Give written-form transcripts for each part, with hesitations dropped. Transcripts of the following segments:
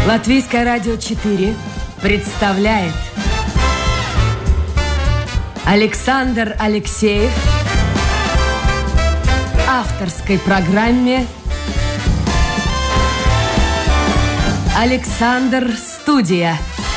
Латвийское радио 4 представляет Александр Алексеев в авторской программе «Александр Студия».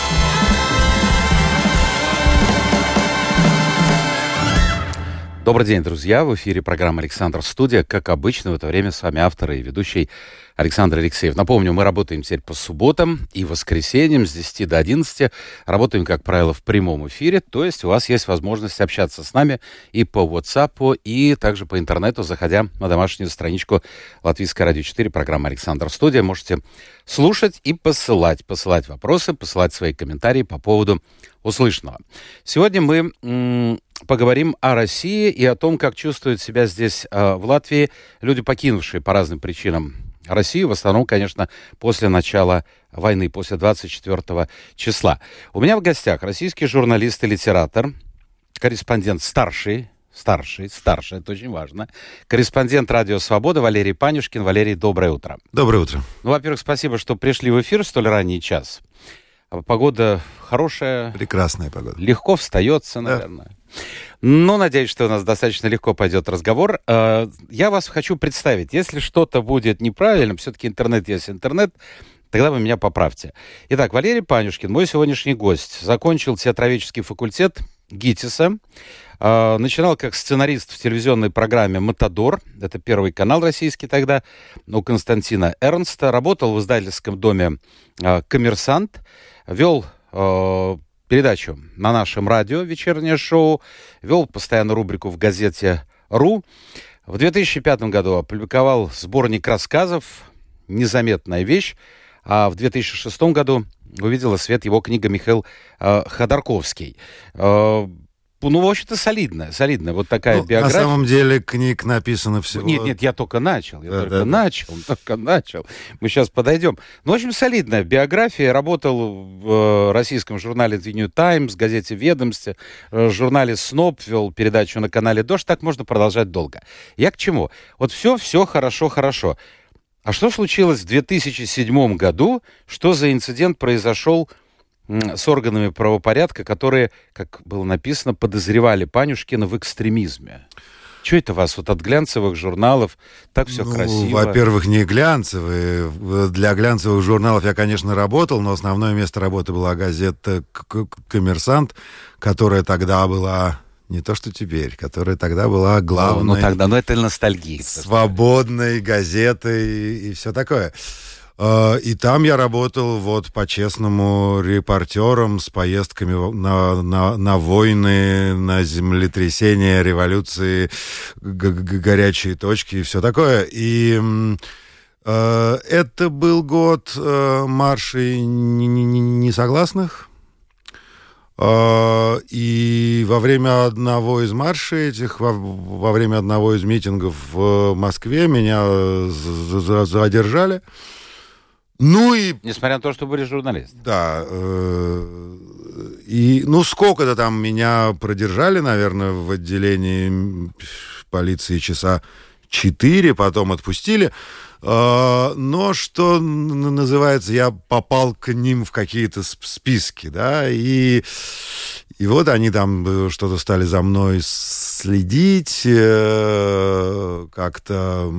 Добрый день, друзья! В эфире программа «Александр Студия». Как обычно, в это время с вами автор и ведущий Александр Алексеев. Напомню, мы работаем теперь по субботам и воскресеньям с 10 до 11. Работаем, как правило, в прямом эфире. То есть у вас есть возможность общаться с нами и по WhatsApp, и также по интернету, заходя на домашнюю страничку Латвийское радио 4, программа «Александр Студия». Можете слушать и посылать вопросы, посылать свои комментарии по поводу услышанного. Сегодня мы поговорим о России и о том, как чувствуют себя здесь, в Латвии, люди, покинувшие по разным причинам Россию, в основном, конечно, после начала войны, после 24 числа. У меня в гостях российский журналист и литератор, корреспондент старший, это очень важно, корреспондент «Радио Свобода» Валерий Панюшкин. Валерий, доброе утро. Доброе утро. Ну, во-первых, спасибо, что пришли в эфир в столь ранний час. Погода хорошая. Прекрасная погода. Легко встается, наверное. Да. Ну, надеюсь, что у нас достаточно легко пойдет разговор. Я вас хочу представить. Если что-то будет неправильно, все-таки интернет есть интернет, тогда вы меня поправьте. Итак, Валерий Панюшкин, мой сегодняшний гость, закончил театроведческий факультет ГИТИСа, начинал как сценарист в телевизионной программе «Матадор», это Первый канал российский тогда, у Константина Эрнста, работал в издательском доме «Коммерсант», вел передачу на нашем радио «Вечернее шоу», вел постоянно рубрику в газете «РУ». В 2005 году опубликовал сборник рассказов «Незаметная вещь», а в 2006 году увидела свет его книга «Михаил Ходорковский». Ну, в общем-то, солидная вот такая биография. На самом деле книг написано всего... Нет, я только начал. Начал. Мы сейчас подойдем. Ну, в общем, солидная биография. Работал в российском журнале The New Times, газете «Ведомости», журнале «СНОП», вел передачу на канале «Дождь». Так можно продолжать долго. Я к чему? Вот все хорошо. А что случилось в 2007 году? Что за инцидент произошел с органами правопорядка, которые, как было написано, подозревали Панюшкина в экстремизме? Что это вас вот от глянцевых журналов так все красиво? Во-первых, не глянцевые. Для глянцевых журналов я, конечно, работал, но основное место работы была газета «Коммерсант», которая тогда была... Не то, что теперь, которая тогда была главной... Но это ностальгия. Свободной газетой и все такое. И там я работал вот по-честному репортером с поездками на войны, на землетрясения, революции, горячие точки и все такое. И это был год маршей несогласных. И во время одного из маршей этих, во время одного из митингов в Москве меня задержали. Ну и... Несмотря на то, что были журналисты. Да. И, сколько-то там меня продержали, наверное, в отделении полиции часа 4, потом отпустили. Но, что называется, я попал к ним в какие-то списки, да, и вот они там что-то стали за мной следить, как-то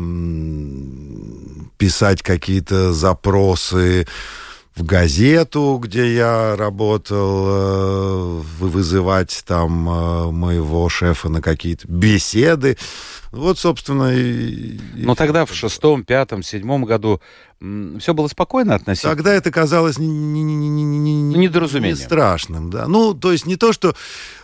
писать какие-то запросы в газету, где я работал, вызывать там моего шефа на какие-то беседы. Вот, собственно, Но тогда в 6-м, 5-м, 7-м году все было спокойно относительно? Тогда это казалось недоразумением. Не страшным, да. То есть не то, что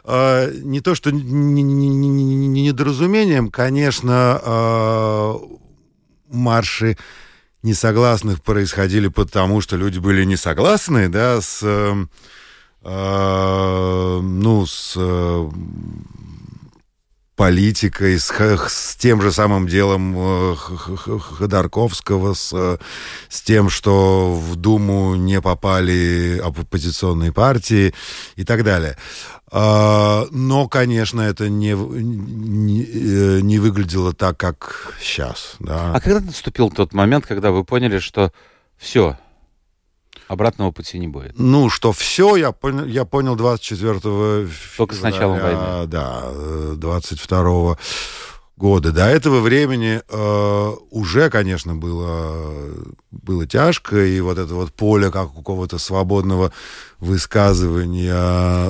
недоразумением, конечно, марши несогласных происходили потому, что люди были не согласны, да, с политикой, с тем же самым делом Ходорковского, с тем, что в Думу не попали оппозиционные партии и так далее. Но, конечно, это не выглядело так, как сейчас. Да. А когда наступил тот момент, когда вы поняли, что все? Обратного пути не будет. Ну, что все, я понял 24 Только с началом войны. Да, 22 года. До этого времени уже, конечно, было тяжко, и вот это вот поле как какого-то свободного высказывания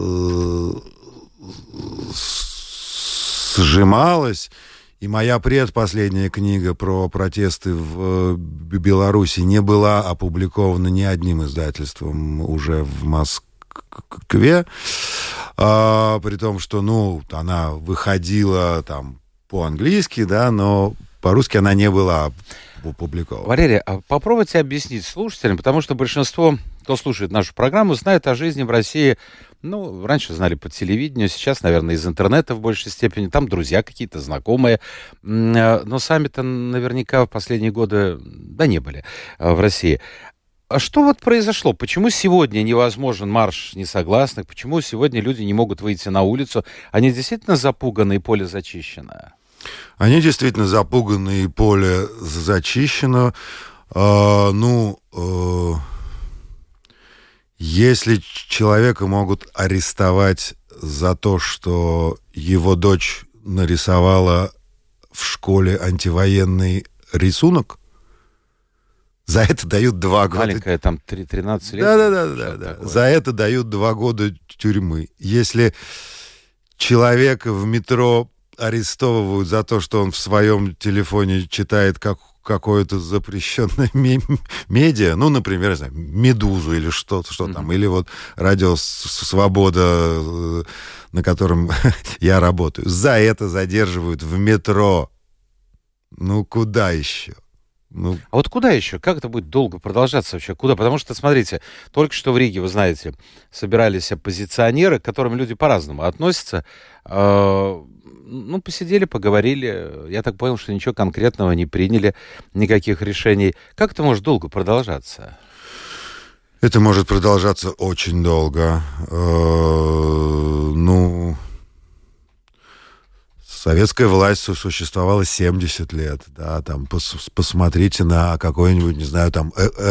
сжималось. И моя предпоследняя книга про протесты в Беларуси не была опубликована ни одним издательством уже в Москве, при том, что, она выходила там по-английски, да, но по-русски она не была опубликована. Валерий, а попробуйте объяснить слушателям, потому что большинство, кто слушает нашу программу, знает о жизни в России. Раньше знали по телевидению, сейчас, наверное, из интернета в большей степени. Там друзья какие-то, знакомые. Но сами-то наверняка в последние годы, не были в России. А что вот произошло? Почему сегодня невозможен марш несогласных? Почему сегодня люди не могут выйти на улицу? Они действительно запуганы и поле зачищено? Они действительно запуганы и поле зачищено. Если человека могут арестовать за то, что его дочь нарисовала в школе антивоенный рисунок, за это дают 2 года. Маленькая, там 13 лет. Да. За это дают 2 года тюрьмы. Если человека в метро арестовывают за то, что он в своем телефоне читает какое-то запрещенное медиа, например, не знаю, «Медузу» или что там, или вот радио «Свобода», на котором я работаю. За это задерживают в метро. Куда еще? А вот куда еще? Как это будет долго продолжаться вообще? Куда? Потому что, смотрите, только что в Риге, вы знаете, собирались оппозиционеры, к которым люди по-разному относятся. Посидели, поговорили. Я так понял, что ничего конкретного не приняли, никаких решений. Как это может долго продолжаться? Это может продолжаться очень долго. Советская власть существовала 70 лет. Да, там, посмотрите на какой-нибудь, не знаю, там...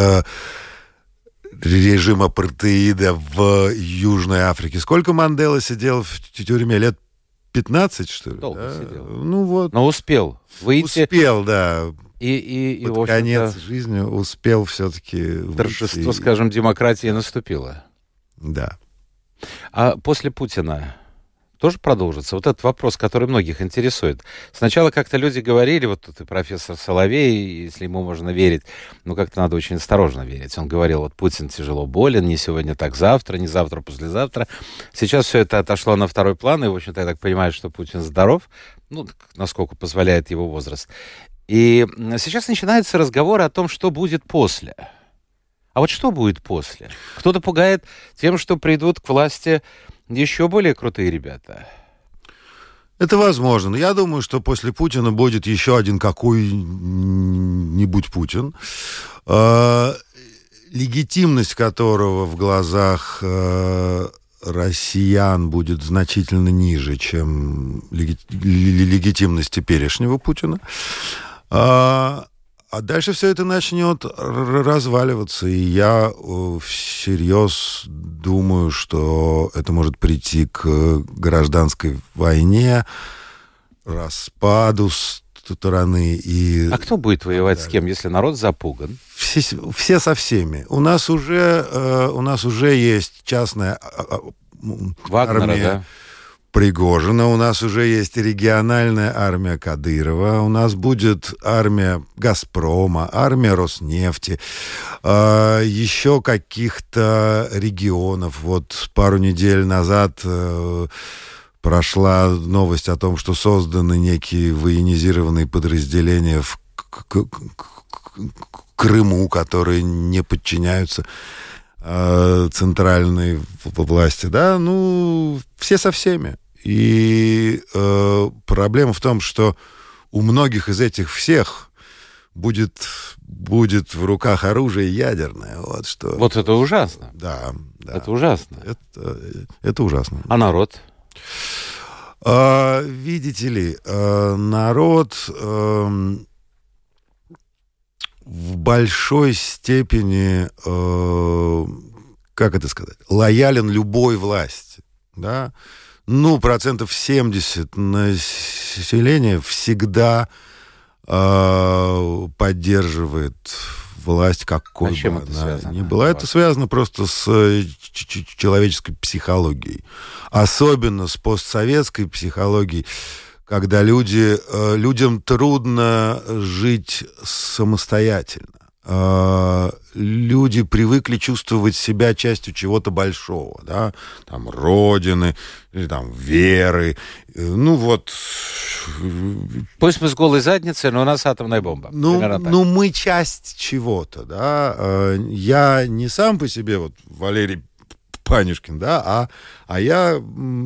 режим апартеида в Южной Африке. Сколько Мандела сидел в тюрьме? Лет 15, что ли? Долго сидел. Но успел выйти. Успел, да. И под конец жизни успел все-таки торжество, выйти. скажем, демократии наступило. Да. А после Путина тоже продолжится? Вот этот вопрос, который многих интересует. Сначала как-то люди говорили, вот тут и профессор Соловей, если ему можно верить, как-то надо очень осторожно верить. Он говорил, вот Путин тяжело болен, не сегодня, так завтра, не завтра, послезавтра. Сейчас все это отошло на второй план, и, в общем-то, я так понимаю, что Путин здоров, насколько позволяет его возраст. И сейчас начинается разговор о том, что будет после. А вот что будет после? Кто-то пугает тем, что придут к власти еще более крутые ребята. Это возможно. Но я думаю, что после Путина будет еще один какой-нибудь Путин, легитимность которого в глазах россиян будет значительно ниже, чем легитимность теперешнего Путина. А дальше все это начнет разваливаться, и я всерьез думаю, что это может прийти к гражданской войне, распаду страны. А кто будет воевать с кем, если народ запуган? Все со всеми. У нас уже есть частная Вагнера, армия. Да? Пригожина, у нас уже есть региональная армия Кадырова, у нас будет армия Газпрома, армия Роснефти, еще каких-то регионов. Вот пару недель назад прошла новость о том, что созданы некие военизированные подразделения в Крыму, которые не подчиняются центральной власти. Да, все со всеми. И проблема в том, что у многих из этих всех будет в руках оружие ядерное. Вот это ужасно. Да. Это ужасно. Это ужасно. А народ? Видите ли, народ в большой степени, как это сказать, лоялен любой власти, да. 70% населения всегда поддерживает власть, какой бы она ни была. Это связано просто с человеческой психологией. Особенно с постсоветской психологией, когда людям трудно жить самостоятельно. Люди привыкли чувствовать себя частью чего-то большого, да, там, родины, или там, веры, Пусть мы с голой задницей, но у нас атомная бомба. Мы часть чего-то, да. Я не сам по себе, вот, Валерий Панюшкин, да, а я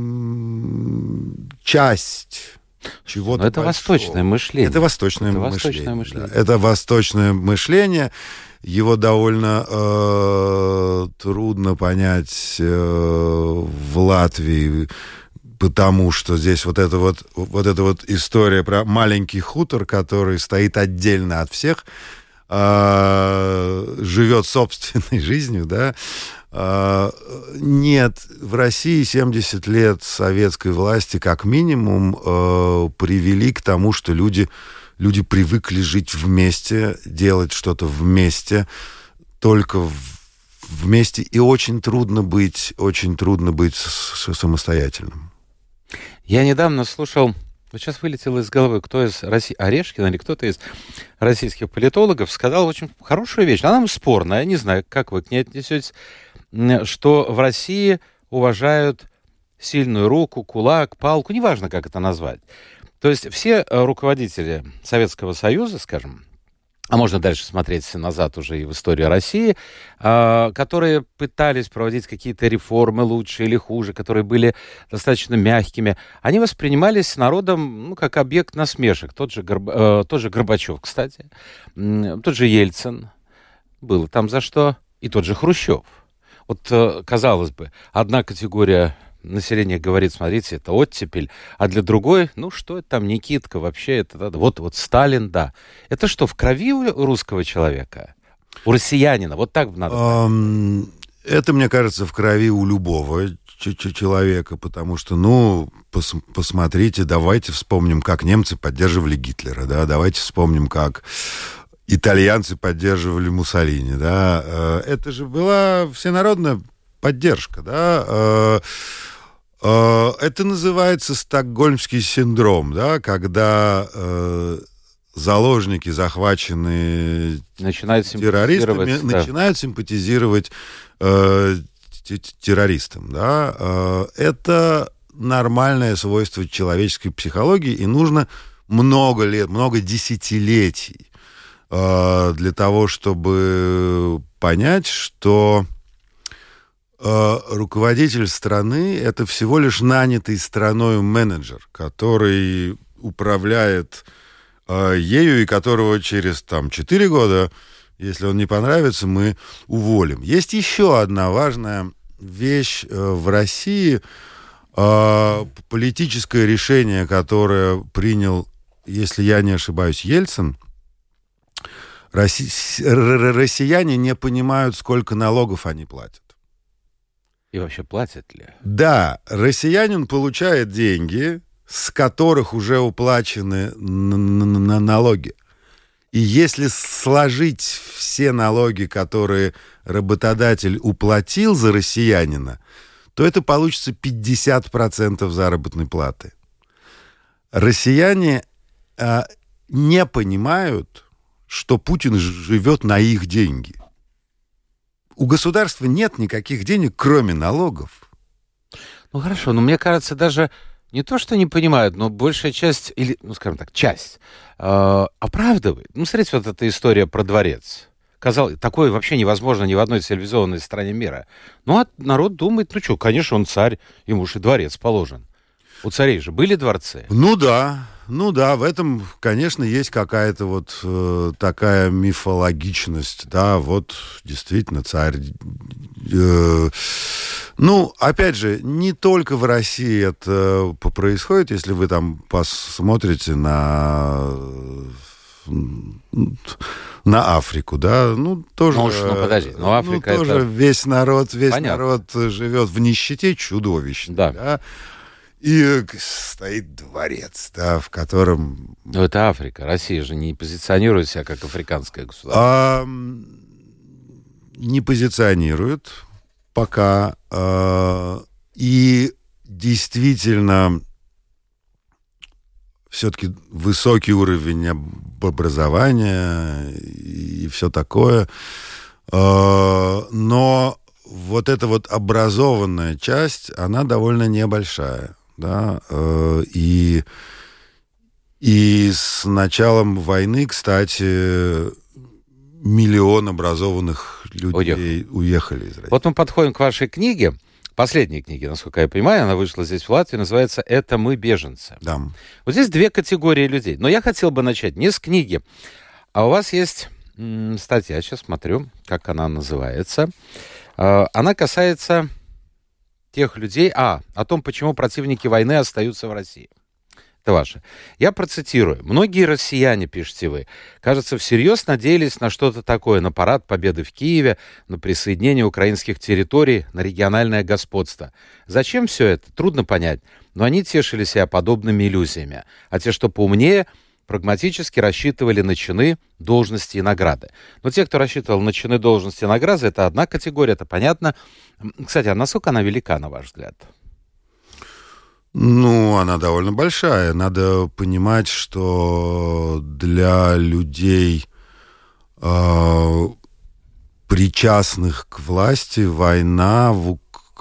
часть чего-то. Но это большого. Восточное мышление. Это восточное мышление. Да. Это восточное мышление. Его довольно трудно понять в Латвии, потому что здесь вот эта вот история про маленький хутор, который стоит отдельно от всех, живет собственной жизнью, да. Нет, в России 70 лет советской власти как минимум привели к тому, что люди привыкли жить вместе, делать что-то вместе, только вместе, и очень трудно быть самостоятельным. Я недавно слушал, сейчас вылетело из головы, кто из России, Орешкин или кто-то из российских политологов сказал очень хорошую вещь. Она спорная, я не знаю, как вы к ней отнесетесь, что в России уважают сильную руку, кулак, палку, неважно, как это назвать. То есть все руководители Советского Союза, скажем, а можно дальше смотреть назад уже и в историю России, которые пытались проводить какие-то реформы лучше или хуже, которые были достаточно мягкими, они воспринимались народом, как объект насмешек. Тот же Горбачев, кстати, тот же Ельцин, было там за что, и тот же Хрущев. Вот, казалось бы, одна категория населения говорит, смотрите, это оттепель, а для другой, что это там, Никитка, вообще это, вот Сталин, да. Это что, в крови у русского человека? У россиянина? Вот так надо. Это, мне кажется, в крови у любого человека, потому что, посмотрите, давайте вспомним, как немцы поддерживали Гитлера, да, давайте вспомним, как итальянцы поддерживали Муссолини, да. Это же была всенародная поддержка, да. Это называется стокгольмский синдром, да, когда заложники, захваченные террористами, начинают симпатизировать террористам, да. Это нормальное свойство человеческой психологии, и нужно много лет, много десятилетий для того, чтобы понять, что руководитель страны — это всего лишь нанятый страной менеджер, который управляет ею и которого через 4 года, если он не понравится, мы уволим. Есть еще одна важная вещь в России. Политическое решение, которое принял, если я не ошибаюсь, Ельцин. Россияне не понимают, сколько налогов они платят. И вообще платят ли? Да, россиянин получает деньги, с которых уже уплачены налоги. И если сложить все налоги, которые работодатель уплатил за россиянина, то это получится 50% заработной платы. Россияне не понимают, что Путин живет на их деньги. У государства нет никаких денег, кроме налогов. Хорошо, но мне кажется, даже не то, что не понимают, но большая часть, или, скажем так, часть, оправдывает. Смотрите, вот эта история про дворец. Казалось, такое вообще невозможно ни в одной цивилизованной стране мира. А народ думает, конечно, он царь, ему же и дворец положен. У царей же были дворцы? Да, в этом, конечно, есть какая-то вот такая мифологичность, да, вот действительно царь. Опять же, не только в России это происходит, если вы там посмотрите на на Африку, да, тоже... подожди, Африка тоже это... весь народ Понятно. живет в нищете чудовищной, да. И стоит дворец, да, в котором... это Африка. Россия же не позиционирует себя как африканское государство. Не позиционирует пока. И действительно, все-таки высокий уровень образования и все такое. Но вот эта вот образованная часть, она довольно небольшая. Да? И с началом войны, кстати, 1 миллион образованных людей уехали из России. Вот мы подходим к вашей книге, последней книге, насколько я понимаю, она вышла здесь в Латвии, называется «Это мы, беженцы». Да. Вот здесь 2 категории людей. Но я хотел бы начать не с книги, а у вас есть статья, сейчас смотрю, как она называется. Она касается тех людей, о том, почему противники войны остаются в России. Это ваше. Я процитирую. «Многие россияне, пишете вы, кажется, всерьез надеялись на что-то такое, на парад победы в Киеве, на присоединение украинских территорий, на региональное господство. Зачем все это? Трудно понять. Но они тешили себя подобными иллюзиями. А те, что поумнее, прагматически рассчитывали на чины, должности и награды». Но те, кто рассчитывал на чины, должности и награды, это одна категория, это понятно. Кстати, а насколько она велика, на ваш взгляд? Она довольно большая. Надо понимать, что для людей, причастных к власти, война в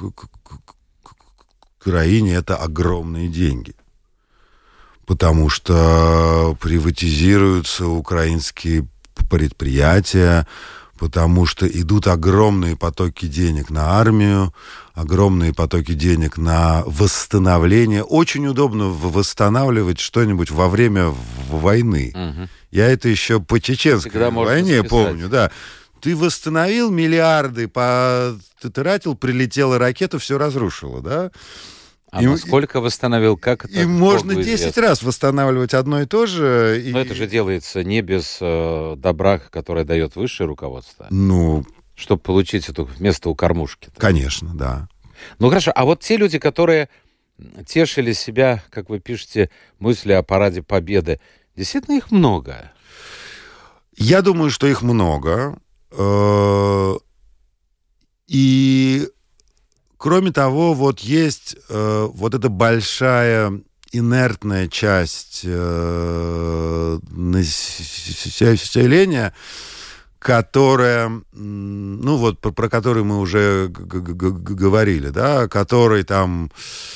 Украине — это огромные деньги. Потому что приватизируются украинские предприятия, потому что идут огромные потоки денег на армию, огромные потоки денег на восстановление. Очень удобно восстанавливать что-нибудь во время войны. Угу. Я это еще по чеченской войне помню, да. Ты восстановил миллиарды, ты тратил, прилетела ракета, все разрушило, да? А насколько восстановил, как это? И можно 10 раз восстанавливать одно и то же. Но это же делается не без добра, которое дает высшее руководство. Чтобы получить это место у кормушки. Конечно, да. Хорошо, а вот те люди, которые тешили себя, как вы пишете, мысли о параде Победы, действительно их много? Я думаю, что их много. И... Кроме того, вот есть вот эта большая инертная часть населения, которая, про которую мы уже говорили, да, который там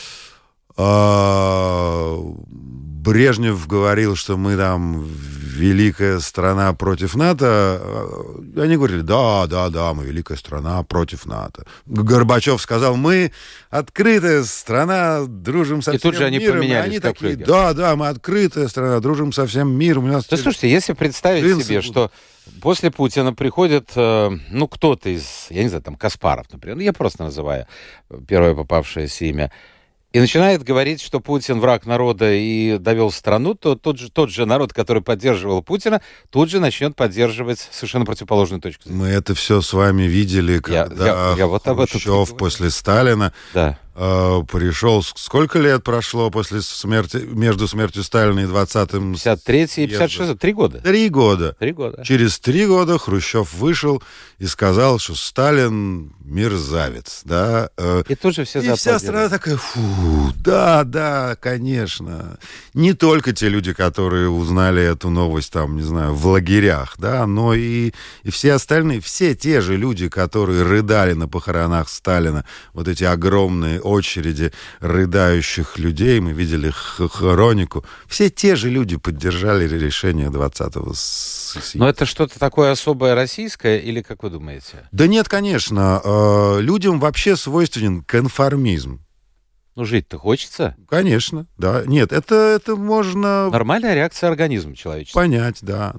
Брежнев говорил, что мы там великая страна против НАТО. Они говорили, да, мы великая страна против НАТО. Горбачев сказал, мы открытая страна, дружим со всем миром. И тут же они поменялись. Они такие, да, мы открытая страна, дружим со всем миром. Слушайте, если представить себе, что после Путина приходит, кто-то из, я не знаю, там Каспаров, например, я просто называю первое попавшееся имя, и начинает говорить, что Путин враг народа и довел страну, то тот же народ, который поддерживал Путина, тут же начнет поддерживать совершенно противоположную точку зрения. Мы это все с вами видели, когда Хрущев после Сталина пришел. Сколько лет прошло после смерти, между смертью Сталина и 20-м? 53-й и 56-й. 3 года. 3 года. 3 года. Через 3 года Хрущев вышел и сказал, что Сталин мерзавец. Да? И тут же все заплатили. И вся страна такая, да, конечно. Не только те люди, которые узнали эту новость, там, не знаю, в лагерях, да, но и все остальные, все те же люди, которые рыдали на похоронах Сталина, вот эти огромные очереди рыдающих людей, мы видели хронику, все те же люди поддержали решение 20-го съезда. Но это что-то такое особое российское, или как вы думаете? Да нет, конечно. Людям вообще свойственен конформизм. Жить-то хочется? Конечно, да. Нет, это можно... Нормальная реакция организма человеческого. Понять, да.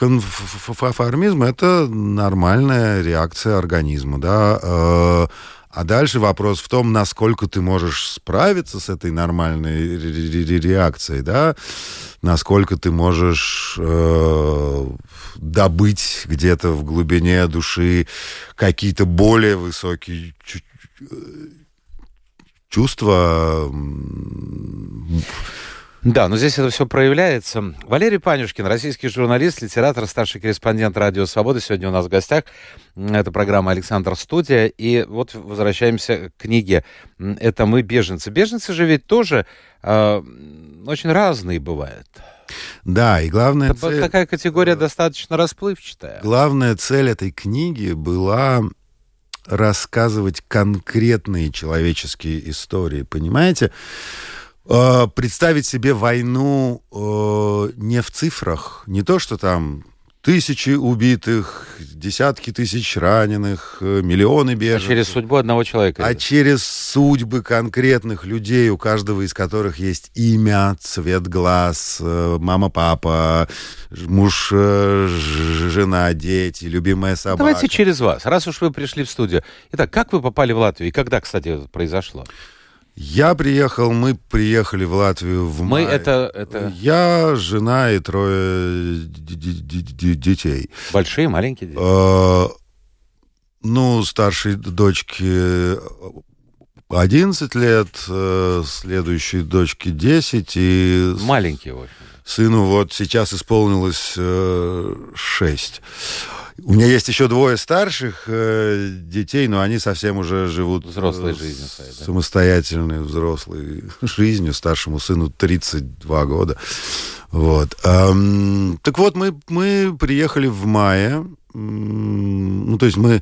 Конформизм — это нормальная реакция организма, да. А дальше вопрос в том, насколько ты можешь справиться с этой нормальной реакцией, да, насколько ты можешь добыть где-то в глубине души какие-то более высокие чувства. Да, но здесь это все проявляется. Валерий Панюшкин, российский журналист, литератор, старший корреспондент «Радио Свобода». Сегодня у нас в гостях. Это программа «Александр Студия». И вот возвращаемся к книге «Это мы, беженцы». Беженцы же ведь тоже очень разные бывают. Да, и главная цель... Такая категория достаточно расплывчатая. Главная цель этой книги была рассказывать конкретные человеческие истории, понимаете? Представить себе войну не в цифрах, не то, что там тысячи убитых, десятки тысяч раненых, миллионы беженцев. А через судьбу одного человека. А через судьбы конкретных людей, у каждого из которых есть имя, цвет глаз, мама, папа, муж, жена, дети, любимая собака. Давайте через вас, раз уж вы пришли в студию. Итак, как вы попали в Латвию и когда, кстати, это произошло? Я приехал, мы приехали в Латвию в мае. Это... Я, жена и 3 детей. Большие, маленькие дети? Старшей дочке 11 лет, следующей дочке 10. И маленькие, в общем. Сыну вот сейчас исполнилось 6. У меня есть еще 2 старших детей, но они совсем уже живут взрослой жизнью своей, да? Самостоятельной взрослой жизнью. Старшему сыну 32 года. Вот. Так вот, мы приехали в мае. То есть мы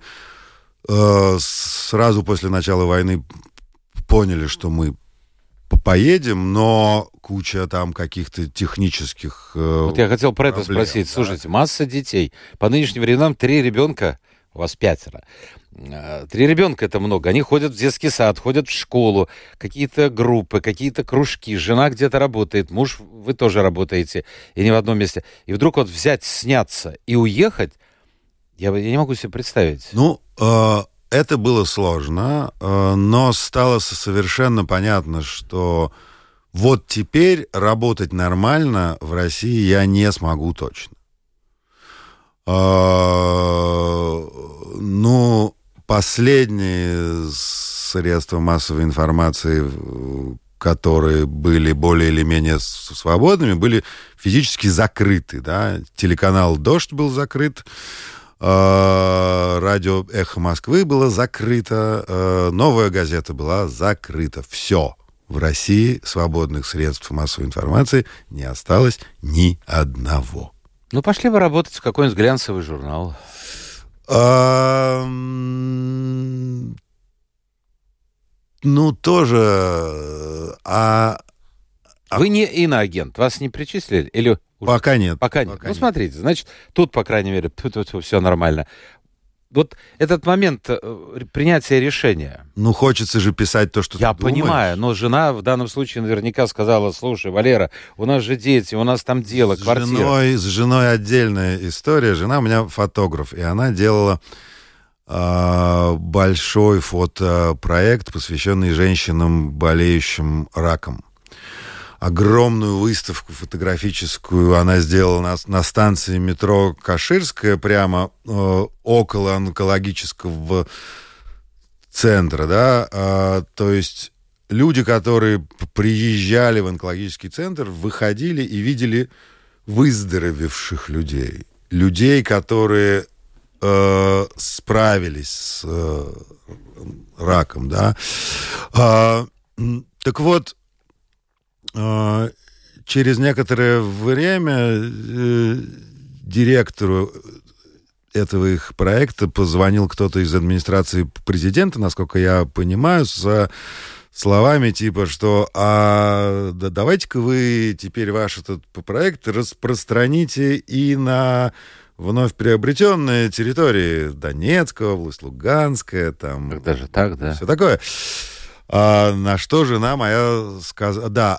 сразу после начала войны поняли, что мы поедем, но куча там каких-то технических Вот я хотел про это спросить. Да? Слушайте, масса детей. По нынешним временам 3 ребенка, у вас 5. 3 ребенка это много. Они ходят в детский сад, ходят в школу, какие-то группы, какие-то кружки. Жена где-то работает, муж, вы тоже работаете, и не в одном месте. И вдруг вот взять, сняться и уехать, я не могу себе представить. Это было сложно, но стало совершенно понятно, что вот теперь работать нормально в России я не смогу точно. Последние средства массовой информации, которые были более или менее свободными, были физически закрыты. Да? Телеканал «Дождь» был закрыт. Радио «Эхо Москвы» было закрыто, «Новая газета» была закрыта. Все. В России свободных средств массовой информации не осталось ни одного. Пошли бы работать в какой-нибудь глянцевый журнал. Тоже... Вы не иноагент, вас не причислили? Или... Пока нет. Пока нет. Смотрите, значит, тут, по крайней мере, тут все нормально. Вот этот момент принятия решения. Хочется же писать то, что я ты думаешь. Я понимаю, но жена в данном случае наверняка сказала: слушай, Валера, у нас же дети, у нас там дело, квартира. С женой отдельная история. Жена у меня фотограф, и она делала большой фотопроект, посвященный женщинам, болеющим раком. Огромную выставку фотографическую она сделала на станции метро Каширская, прямо около онкологического центра, да, то есть люди, которые приезжали в онкологический центр, выходили и видели выздоровевших людей, которые справились с раком, да. Так вот, через некоторое время директору этого их проекта позвонил кто-то из администрации президента, насколько я понимаю, с словами типа, что давайте-ка вы теперь ваш этот проект распространите и на вновь приобретенные территории: Донецкая область, Луганская, там... Даже так, да? Все такое. На что жена моя сказала... Да,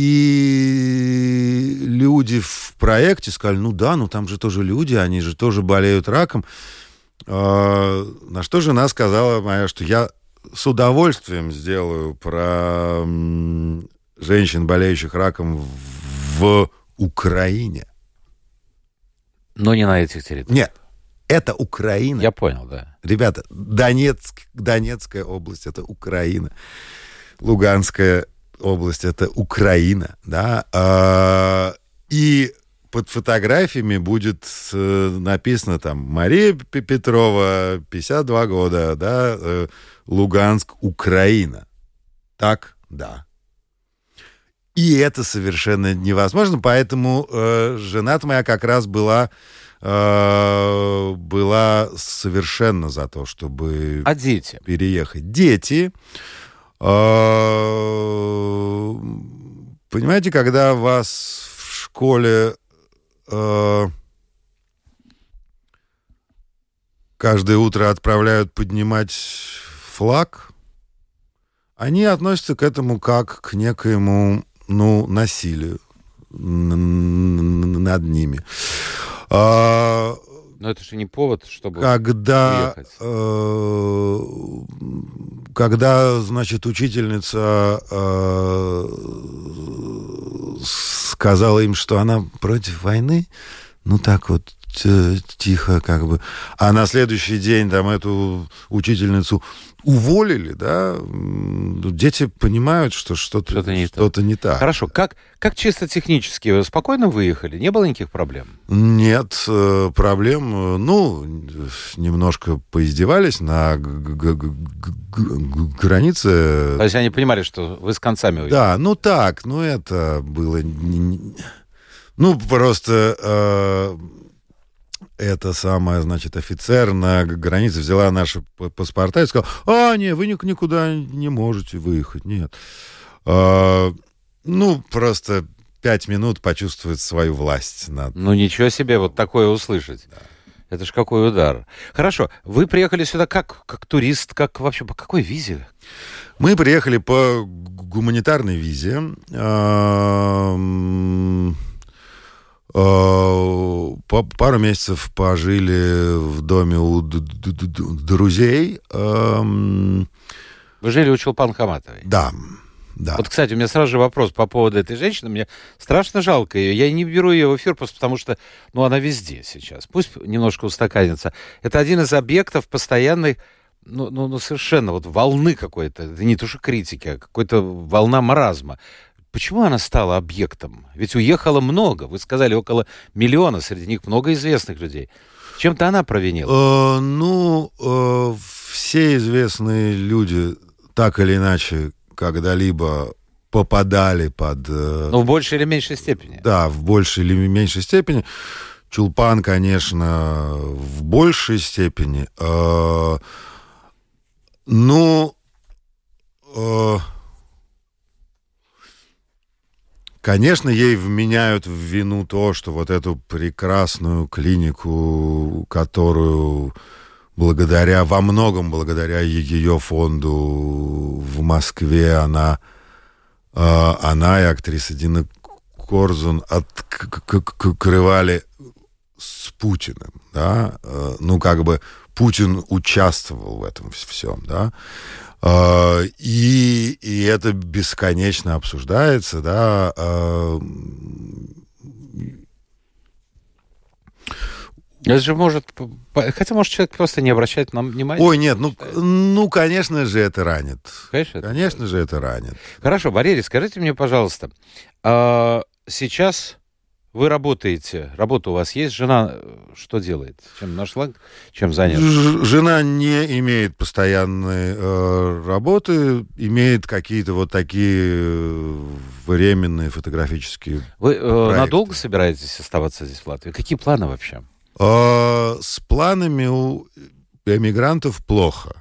и люди в проекте сказали: там же тоже люди, они же тоже болеют раком. На что жена сказала моя, что я с удовольствием сделаю про женщин, болеющих раком в Украине. Но не на этих территориях. Нет, это Украина. Я понял, да. Ребята, Донецкая область — это Украина. Луганская область — это Украина, да. И под фотографиями будет написано там Мария Петрова, 52 года, да, Луганск, Украина. Так, да. И это совершенно невозможно, поэтому жена моя как раз была совершенно за то, чтобы дети? Переехать. Дети. Понимаете, когда вас в школе каждое утро отправляют поднимать флаг, они относятся к этому как к некоему, насилию над ними. Но это же не повод, чтобы уехать. Когда, значит, учительница сказала им, что она против войны, так вот тихо как бы, а на следующий день там эту учительницу уволили, да, дети понимают, что что-то не так. Хорошо, как чисто технически вы спокойно выехали? Не было никаких проблем? Нет проблем. Немножко поиздевались на границе. То есть они понимали, что вы с концами уехали? Да, это было... просто... эта самая, значит, офицер на границе взяла наши паспорта и сказала: нет, вы никуда не можете выехать, нет. Просто 5 минут почувствовать свою власть. Ничего себе, вот такое услышать. Да. Это ж какой удар. Хорошо, вы приехали сюда как турист, как вообще, по какой визе? Мы приехали по гуманитарной визе. Пару месяцев пожили в доме у друзей. Вы жили у Чулпан Хаматовой? Да. Вот, кстати, у меня сразу же вопрос по поводу этой женщины. Мне страшно жалко ее. Я не беру ее в эфир просто потому, что она везде сейчас. Пусть немножко устаканится. Это один из объектов постоянной, совершенно волны какой-то. Это не то, что критики, а какой-то волна маразма. Почему она стала объектом? Ведь уехало много. Вы сказали, около 1 миллиона. Среди них много известных людей. Чем-то она провинила. Все известные люди так или иначе когда-либо попадали под... в большей или меньшей степени. Да, в большей или меньшей степени. Чулпан, конечно, в большей степени. Конечно, ей вменяют в вину то, что вот эту прекрасную клинику, которую во многом благодаря ее фонду в Москве, она и актриса Дина Корзун открывали с Путиным, да, Путин участвовал в этом всем, да. И это бесконечно обсуждается, да. Это же может человек просто не обращает на внимания. Ой, нет, конечно же, это ранит. Конечно же, это ранит. Хорошо, Валерий, скажите мне, пожалуйста, сейчас вы работаете, работа у вас есть, жена что делает? Чем нашла, чем заняться? Жена не имеет постоянной работы, имеет какие-то вот такие временные фотографические проекты. Вы надолго проекты. Собираетесь оставаться здесь, в Латвии? Какие планы вообще? С планами у эмигрантов плохо.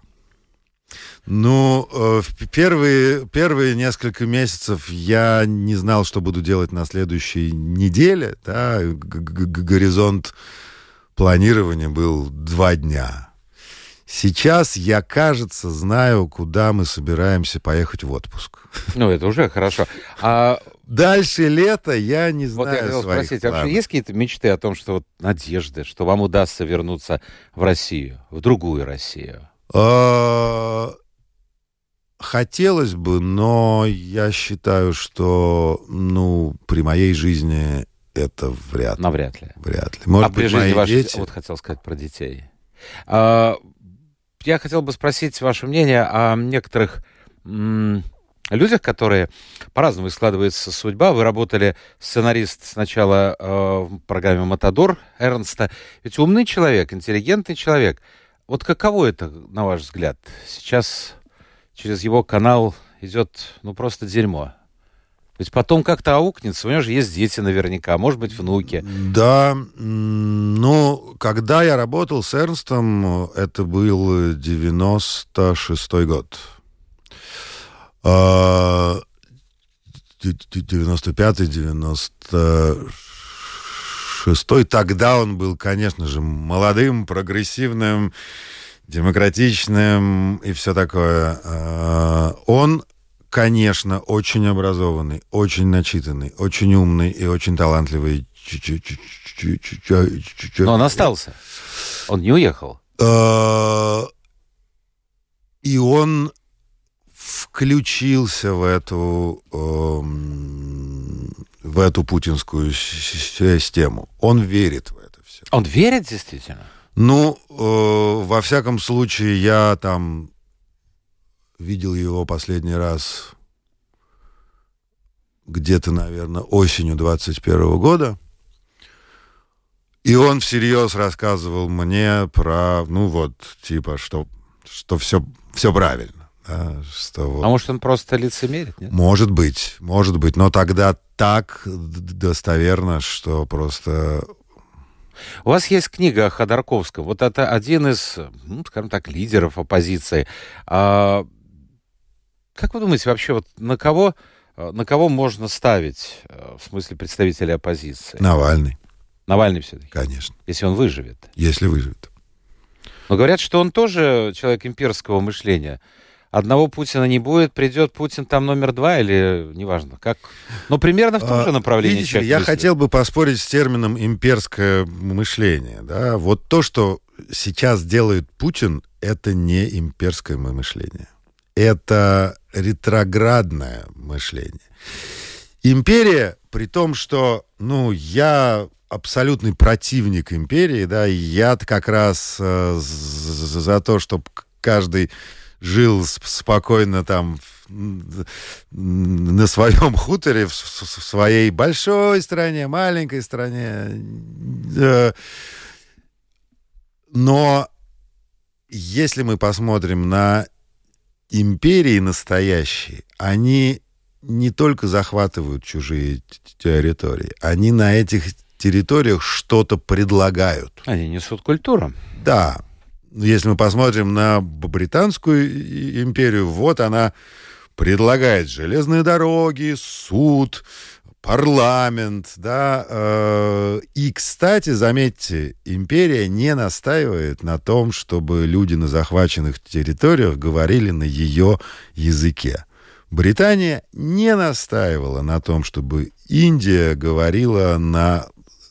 В первые несколько месяцев я не знал, что буду делать на следующей неделе. Да? Горизонт планирования был 2 дня. Сейчас я, кажется, знаю, куда мы собираемся поехать в отпуск. Это уже хорошо. Дальше лета я не знаю. Вот я хотел спросить, а вообще есть какие-то мечты о том, что надежды, что вам удастся вернуться в Россию, в другую Россию? хотелось бы, но я считаю, что, при моей жизни это вряд ли. Навряд ли. Вряд ли. Может при быть, жизни мои вашей... дети... Вот хотел сказать про детей. Я хотел бы спросить ваше мнение о некоторых людях, которые по-разному складывается судьба. Вы работали сценарист сначала в программе «Матадор» Эрнста. Ведь умный человек, интеллигентный человек. Вот каково это, на ваш взгляд? Сейчас через его канал идет, просто дерьмо. Ведь потом как-то аукнется. У него же есть дети наверняка, может быть, внуки. Да, когда я работал с Эрнстом, это был 96-й год. 95-й, 96-й. Тогда он был, конечно же, молодым, прогрессивным, демократичным и все такое. Он, конечно, очень образованный, очень начитанный, очень умный и очень талантливый. Но он остался. Он не уехал. И он включился в эту путинскую систему. Он верит в это все. Он верит действительно? Во всяком случае, я там видел его последний раз где-то, наверное, осенью 21 года. И он всерьез рассказывал мне про, что все правильно. Да, А может, он просто лицемерит, нет? Может быть. Но тогда так достоверно, что просто... У вас есть книга о Ходорковском. Вот это один из, скажем так, лидеров оппозиции. Как вы думаете, вообще, на кого можно ставить, в смысле представителей оппозиции? Навальный. Навальный все-таки? Конечно. Если он выживет? Если выживет. Но говорят, что он тоже человек имперского мышления. Одного Путина не будет, придет Путин там номер 2 или неважно, как. Примерно в том же направлении. Видите ли, я хотел бы поспорить с термином «имперское мышление». Да? Вот то, что сейчас делает Путин, это не имперское мышление. Это ретроградное мышление. Империя, при том, что, я абсолютный противник империи, да, я как раз за то, чтобы каждый жил спокойно там на своем хуторе, в своей большой стране, маленькой стране. Но если мы посмотрим на империи настоящие, они не только захватывают чужие территории, они на этих территориях что-то предлагают. Они несут культуру. Да. Если мы посмотрим на Британскую империю, вот она предлагает железные дороги, суд, парламент, да. И, кстати, заметьте, империя не настаивает на том, чтобы люди на захваченных территориях говорили на ее языке. Британия не настаивала на том, чтобы Индия говорила на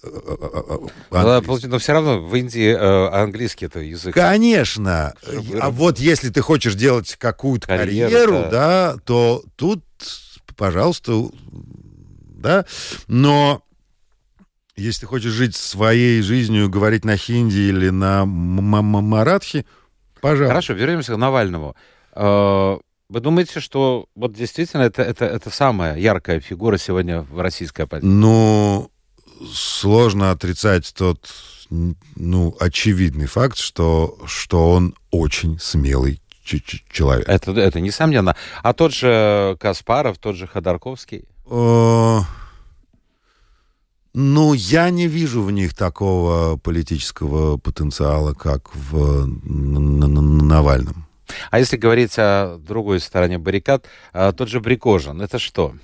Но все равно в Индии английский это язык. Конечно. А вот если ты хочешь делать какую-то карьеру, да, то тут, пожалуйста, да. Но если ты хочешь жить своей жизнью, говорить на хинди или на маратхи, пожалуйста. Хорошо, вернемся к Навальному. Вы думаете, что вот действительно это самая яркая фигура сегодня в российской оппозиции? Сложно отрицать тот, очевидный факт, что он очень смелый человек. Это несомненно. А тот же Каспаров, тот же Ходорковский? Я не вижу в них такого политического потенциала, как в Навальном. А если говорить о другой стороне баррикад, тот же Пригожин, это что?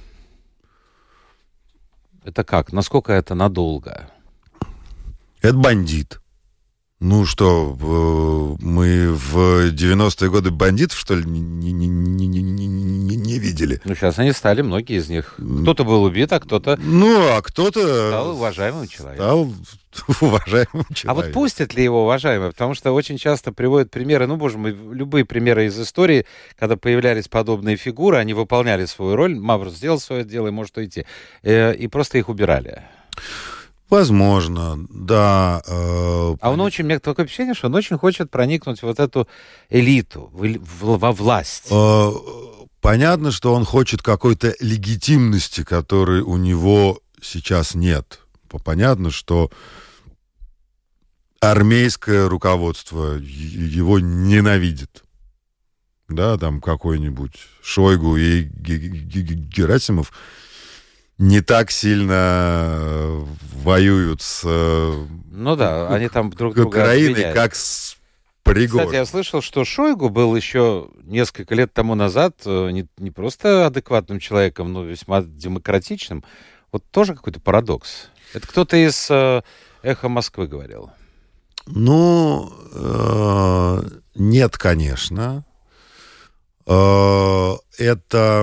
Это как? Насколько это надолго? Это бандит. Ну что, мы в 90-е годы бандитов, что ли, не видели? Ну, сейчас они стали, многие из них. Кто-то был убит, а кто-то... Ну, а кто-то... Стал уважаемым человеком. Стал уважаемым человеком. А вот пустят ли его уважаемые? Потому что очень часто приводят примеры, ну, боже мой, любые примеры из истории, когда появлялись подобные фигуры, они выполняли свою роль, Мавр сделал свое дело и может уйти. И просто их убирали. Возможно, да. А он очень, у меня такое впечатление, что он очень хочет проникнуть в вот эту элиту, во власть. Понятно, что он хочет какой-то легитимности, которой у него сейчас нет. Понятно, что армейское руководство его ненавидит. Да, там какой-нибудь Шойгу и Герасимов не так сильно воюют с ну да, они там друг друга Украиной, обвиняют. как с Пригожиным. Кстати, я слышал, что Шойгу был еще несколько лет тому назад не просто адекватным человеком, но весьма демократичным. Вот тоже какой-то парадокс. Это кто-то из «Эхо Москвы» говорил. Ну, нет, конечно. Это...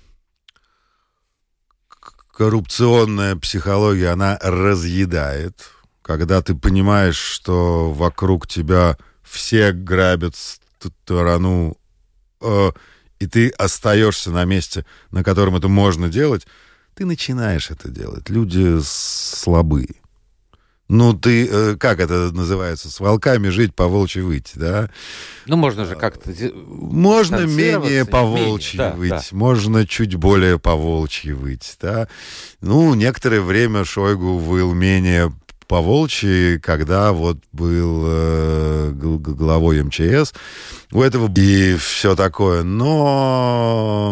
коррупционная психология, она разъедает. Когда ты понимаешь, что вокруг тебя все грабят страну, и ты остаешься на месте, на котором это можно делать, ты начинаешь это делать. Люди слабые. Ну, ты, как это называется, с волками жить, по волчьи выть, да? Ну, можно же как-то... Можно менее по волчьи выть, да. Можно чуть более по волчьи выть, да? Ну, некоторое время Шойгу выл менее по волчьи, когда вот был главой МЧС, у этого и все такое. Но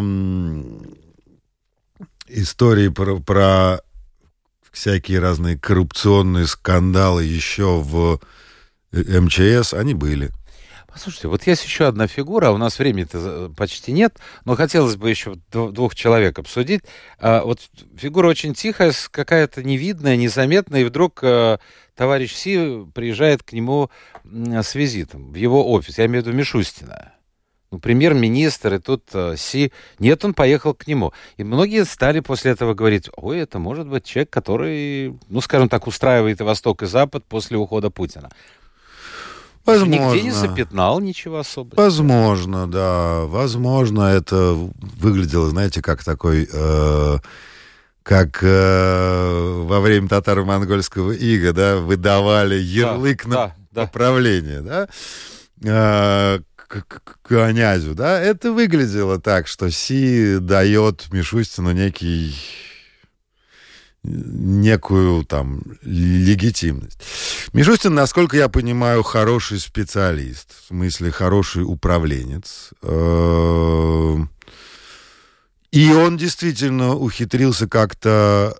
истории про всякие разные коррупционные скандалы еще в МЧС, они были. Послушайте, вот есть еще одна фигура, у нас времени-то почти нет, но хотелось бы еще двух человек обсудить. Вот фигура очень тихая, какая-то невидная, незаметная, и вдруг товарищ Си приезжает к нему с визитом в его офис, я имею в виду Мишустина. Ну, премьер-министр, и тут Си... Нет, он поехал к нему. И многие стали после этого говорить, ой, это может быть человек, который, ну, скажем так, устраивает и Восток, и Запад после ухода Путина. Возможно. Нигде не запятнал ничего особого. Возможно, да. Возможно, это выглядело, знаете, как такой... как во время татаро-монгольского ига, да, выдавали ярлык на правление, да, к князю, да, это выглядело так, что Си дает Мишустину некую там легитимность. Мишустин, насколько я понимаю, хороший специалист, в смысле хороший управленец. И он действительно ухитрился как-то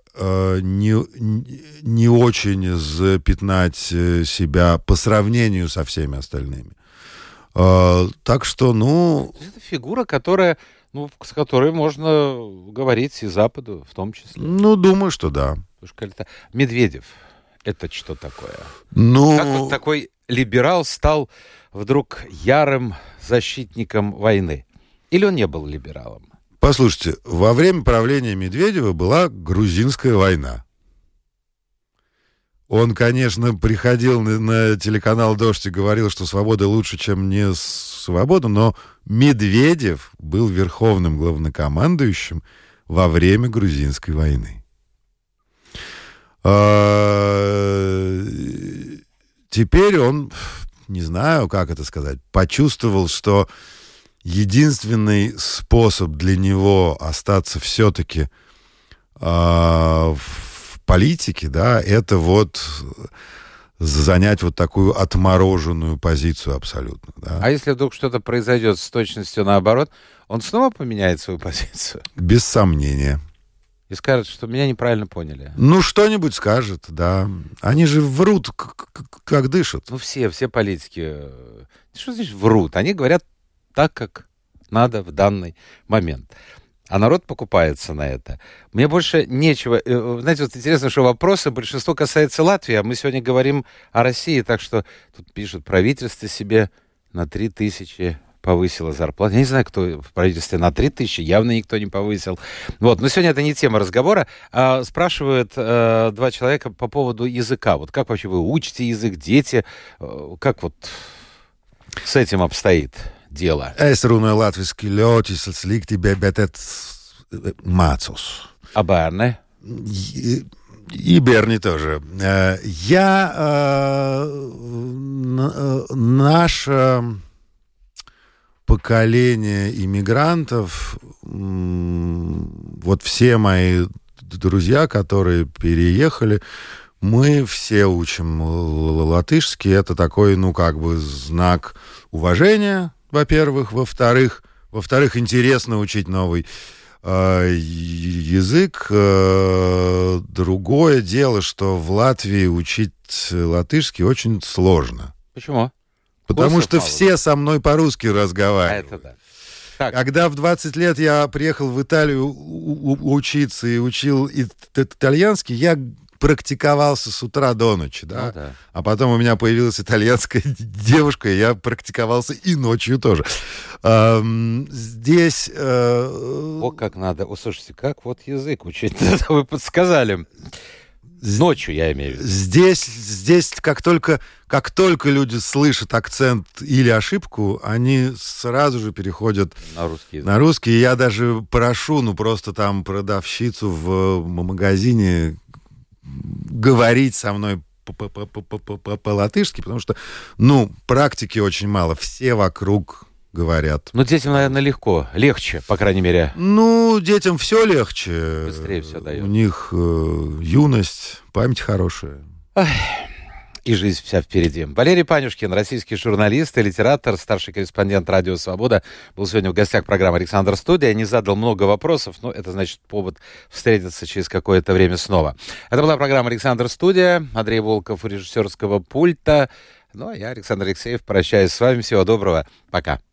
не очень запятнать себя по сравнению со всеми остальными. Так что, ну... Это фигура, которая, ну, с которой можно говорить и Западу в том числе. Ну, думаю, что да. Медведев, это что такое? Ну... Как вот такой либерал стал вдруг ярым защитником войны? Или он не был либералом? Послушайте, во время правления Медведева была грузинская война. Он, конечно, приходил на телеканал «Дождь» и говорил, что свобода лучше, чем не свобода, но Медведев был верховным главнокомандующим во время грузинской войны. Теперь он, не знаю, как это сказать, почувствовал, что единственный способ для него остаться все-таки в политике, да, это вот занять вот такую отмороженную позицию абсолютно. Да. А если вдруг что-то произойдет с точностью наоборот, он снова поменяет свою позицию? Без сомнения. И скажет, что меня неправильно поняли. Ну, что-нибудь скажет, да. Они же врут, как дышат. Ну, все политики, что значит врут? Они говорят так, как надо в данный момент. а народ покупается на это. Мне больше нечего... Знаете, вот интересно, что вопросы большинство касается Латвии, а мы сегодня говорим о России, так что тут пишут, правительство себе на 3000 повысило зарплату. Я не знаю, кто в правительстве на 3000, явно никто не повысил. Вот, но сегодня это не тема разговора. Спрашивают два человека по поводу языка. Вот как вообще вы учите язык, дети? Как вот с этим обстоит дело? Es runāju latviski ļoti slikti, bet mācos. А bērni? И Берни тоже. Наше поколение иммигрантов, вот все мои друзья, которые переехали, мы все учим латышский. Это такой, знак уважения, во-первых. Во-вторых, интересно учить новый язык. Другое дело, что в Латвии учить латышский очень сложно. Почему? Потому что все со мной по-русски разговаривают. Это да. Так. Когда в 20 лет я приехал в Италию учиться и учил итальянский, я практиковался с утра до ночи, да? Ну, да. А потом у меня появилась итальянская девушка, и я практиковался и ночью тоже. Здесь... Вот как надо. Слушайте, как вот язык учить? Это вы подсказали. Ночью, я имею в виду. Здесь как только люди слышат акцент или ошибку, они сразу же переходят на русский. И я даже прошу, просто там продавщицу в магазине говорить со мной по-латышски, потому что, практики очень мало. Все вокруг говорят. Детям, наверное, легче, по крайней мере. Детям все легче. Быстрее все дает. У них юность, память хорошая. И жизнь вся впереди. Валерий Панюшкин, российский журналист и литератор, старший корреспондент «Радио Свобода», был сегодня в гостях программы «Александр Студия». Не задал много вопросов, но это значит повод встретиться через какое-то время снова. Это была программа «Александр Студия». Андрей Волков у режиссерского пульта. А я, Александр Алексеев, прощаюсь с вами. Всего доброго. Пока.